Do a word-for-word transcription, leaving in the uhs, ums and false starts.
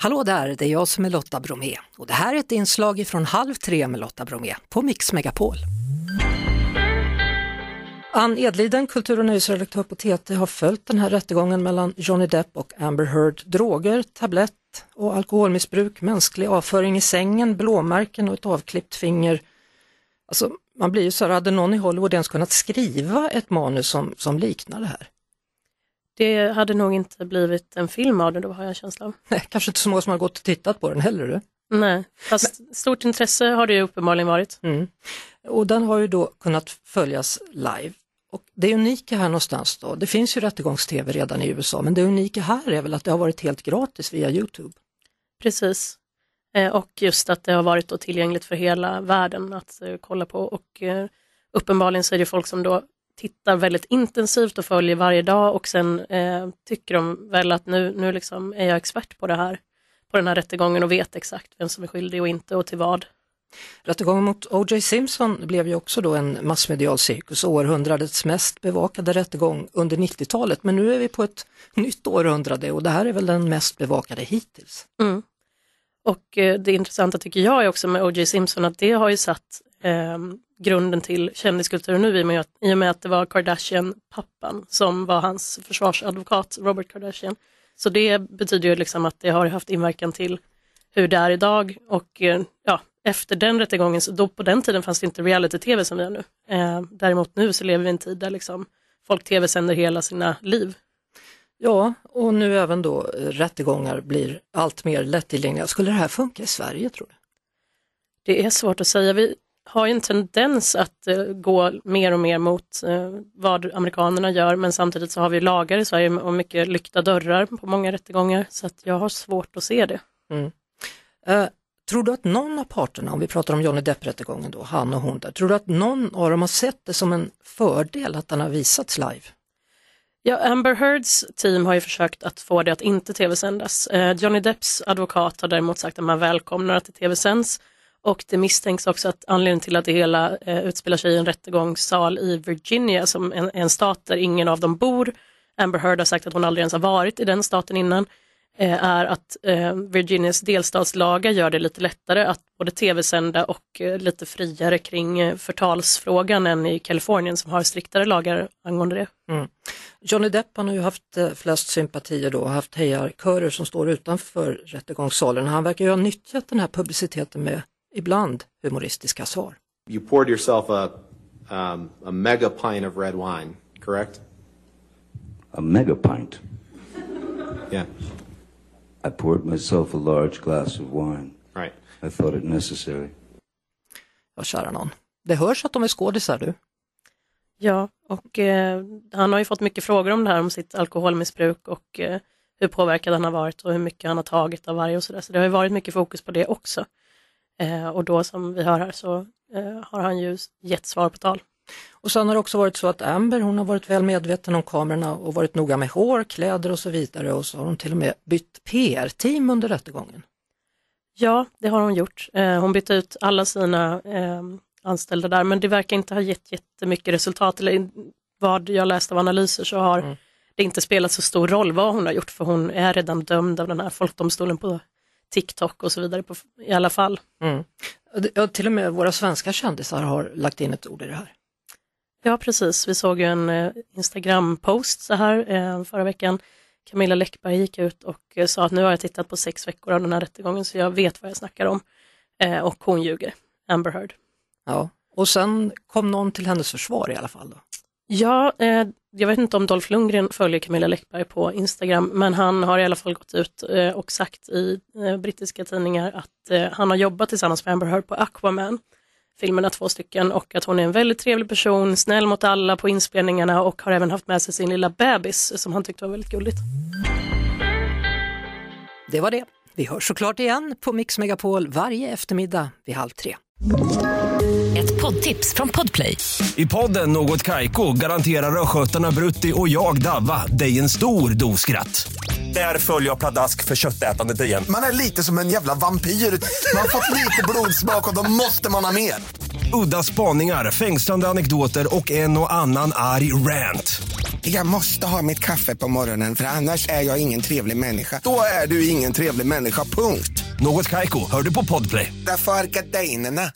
Hallå där, det är jag som är Lotta Bromé och det här är ett inslag från Halv tre med Lotta Bromé på Mix Megapol. Ann Edliden, kultur- och nöjesredaktör på T T, har följt den här rättegången mellan Johnny Depp och Amber Heard. Droger, tablett och alkoholmissbruk, mänsklig avföring i sängen, blåmärken och ett avklippt finger. Alltså, man blir ju så här, hade någon i Hollywood ens kunnat skriva ett manus som, som liknar det här? Det hade nog inte blivit en film av det, då har jag känslan av. Nej, kanske inte så många som har gått och tittat på den heller. Du? Nej, fast Men... stort intresse har det ju uppenbarligen varit. Mm. Och den har ju då kunnat följas live. Och det unika här någonstans då, det finns ju rättegångs-tv redan i U S A, men det unika här är väl att det har varit helt gratis via YouTube. Precis, eh, och just att det har varit då tillgängligt för hela världen att eh, kolla på. Och eh, uppenbarligen så är det folk som då tittar väldigt intensivt och följer varje dag och sen eh, tycker de väl att nu, nu liksom är jag expert på det här, på den här rättegången och vet exakt vem som är skyldig och inte och till vad. Rättegången mot O J Simpson blev ju också då en massmedial cirkus, århundradets mest bevakade rättegång under nittiotalet, men nu är vi på ett nytt århundrade och det här är väl den mest bevakade hittills. Mm. Och eh, det intressanta tycker jag är också med O J Simpson att det har ju satt eh, grunden till kändiskulturen nu i och, med att, i och med att det var Kardashian-pappan som var hans försvarsadvokat, Robert Kardashian. Så det betyder ju liksom att det har haft inverkan till hur det är idag och eh, ja, efter den rättegången, så då på den tiden fanns det inte reality-tv som vi har nu. Eh, däremot nu så lever vi i en tid där liksom folk tv-sänder hela sina liv. Ja, och nu även då rättegångar blir allt mer lättillgängliga. Skulle det här funka i Sverige, tror du? Det är svårt att säga. Vi har ju en tendens att uh, gå mer och mer mot uh, vad amerikanerna gör, men samtidigt så har vi lagar i Sverige och mycket lyckta dörrar på många rättegångar, så att jag har svårt att se det. Mm. Uh, tror du att någon av parterna, om vi pratar om Johnny Depp-rättegången då, han och hon där, tror du att någon av dem har sett det som en fördel att den har visats live? Ja, Amber Heards team har ju försökt att få det att inte tv-sändas. Uh, Johnny Depps advokat har däremot sagt att man välkomnar att det tv-sänds. Och det misstänks också att anledningen till att det hela eh, utspelar sig i en rättegångssal i Virginia, som en, en stat där ingen av dem bor. Amber Heard har sagt att hon aldrig ens har varit i den staten innan. Eh, är att eh, Virginias delstatslagar gör det lite lättare att både tv-sända och eh, lite friare kring eh, förtalsfrågan än i Kalifornien som har striktare lagar angående det. Mm. Johnny Depp har ju haft eh, flest sympatier då och haft hejarkörer som står utanför rättegångssalen. Han verkar ju ha nyttjat den här publiciteten med ibland humoristiska svar. You poured yourself a, um, a mega pint of red wine, correct? A mega pint? Yeah. I poured myself a large glass of wine. Right. I thought it necessary. Ja, kära någon. Det hörs att de är skådisar, du. Ja, och eh, han har ju fått mycket frågor om det här, om sitt alkoholmissbruk och eh, hur påverkad han har varit och hur mycket han har tagit av varje och sådär. Så det har ju varit mycket fokus på det också. Eh, och då som vi hör här så eh, har han ju gett svar på tal. Och sen har det också varit så att Amber, hon har varit väl medveten om kamerorna och varit noga med hår, kläder och så vidare, och så har hon till och med bytt P R-team under rättegången. Ja, det har hon gjort. Eh, hon bytte ut alla sina eh, anställda där, men det verkar inte ha gett jättemycket resultat, eller vad jag läst av analyser så har mm. det inte spelat så stor roll vad hon har gjort, för hon är redan dömd av den här folkdomstolen på TikTok och så vidare på, i alla fall. Mm. Ja, till och med våra svenska kändisar har lagt in ett ord i det här. Ja, precis. Vi såg ju en eh, Instagram-post så här eh, förra veckan. Camilla Läckberg gick ut och eh, sa att nu har jag tittat på sex veckor av den här rättegången så jag vet vad jag snackar om. Eh, och hon ljuger. Amber Heard. Ja, och sen kom någon till hennes försvar i alla fall då. Ja, eh, jag vet inte om Dolph Lundgren följer Camilla Läckberg på Instagram, men han har i alla fall gått ut eh, och sagt i eh, brittiska tidningar att eh, han har jobbat tillsammans med Amber Heard på Aquaman, filmerna två stycken, och att hon är en väldigt trevlig person, snäll mot alla på inspelningarna och har även haft med sig sin lilla bebis som han tyckte var väldigt gulligt. Det var det. Vi hörs såklart igen på Mix Megapol varje eftermiddag vid halv tre. Ett poddtips från Podplay. I podden Något Kaiko garanterar röskötarna Brutti och jag Davva dig en stor doskratt. Där följer jag pladask för köttätandet igen. Man är lite som en jävla vampyr. Man har fått lite blodsmak och då måste man ha mer. Udda spaningar, fängslande anekdoter och en och annan arg rant. Jag måste ha mitt kaffe på morgonen för annars är jag ingen trevlig människa. Då är du ingen trevlig människa, punkt. Något Kaiko, hör du på Podplay. Därför är gardinerna.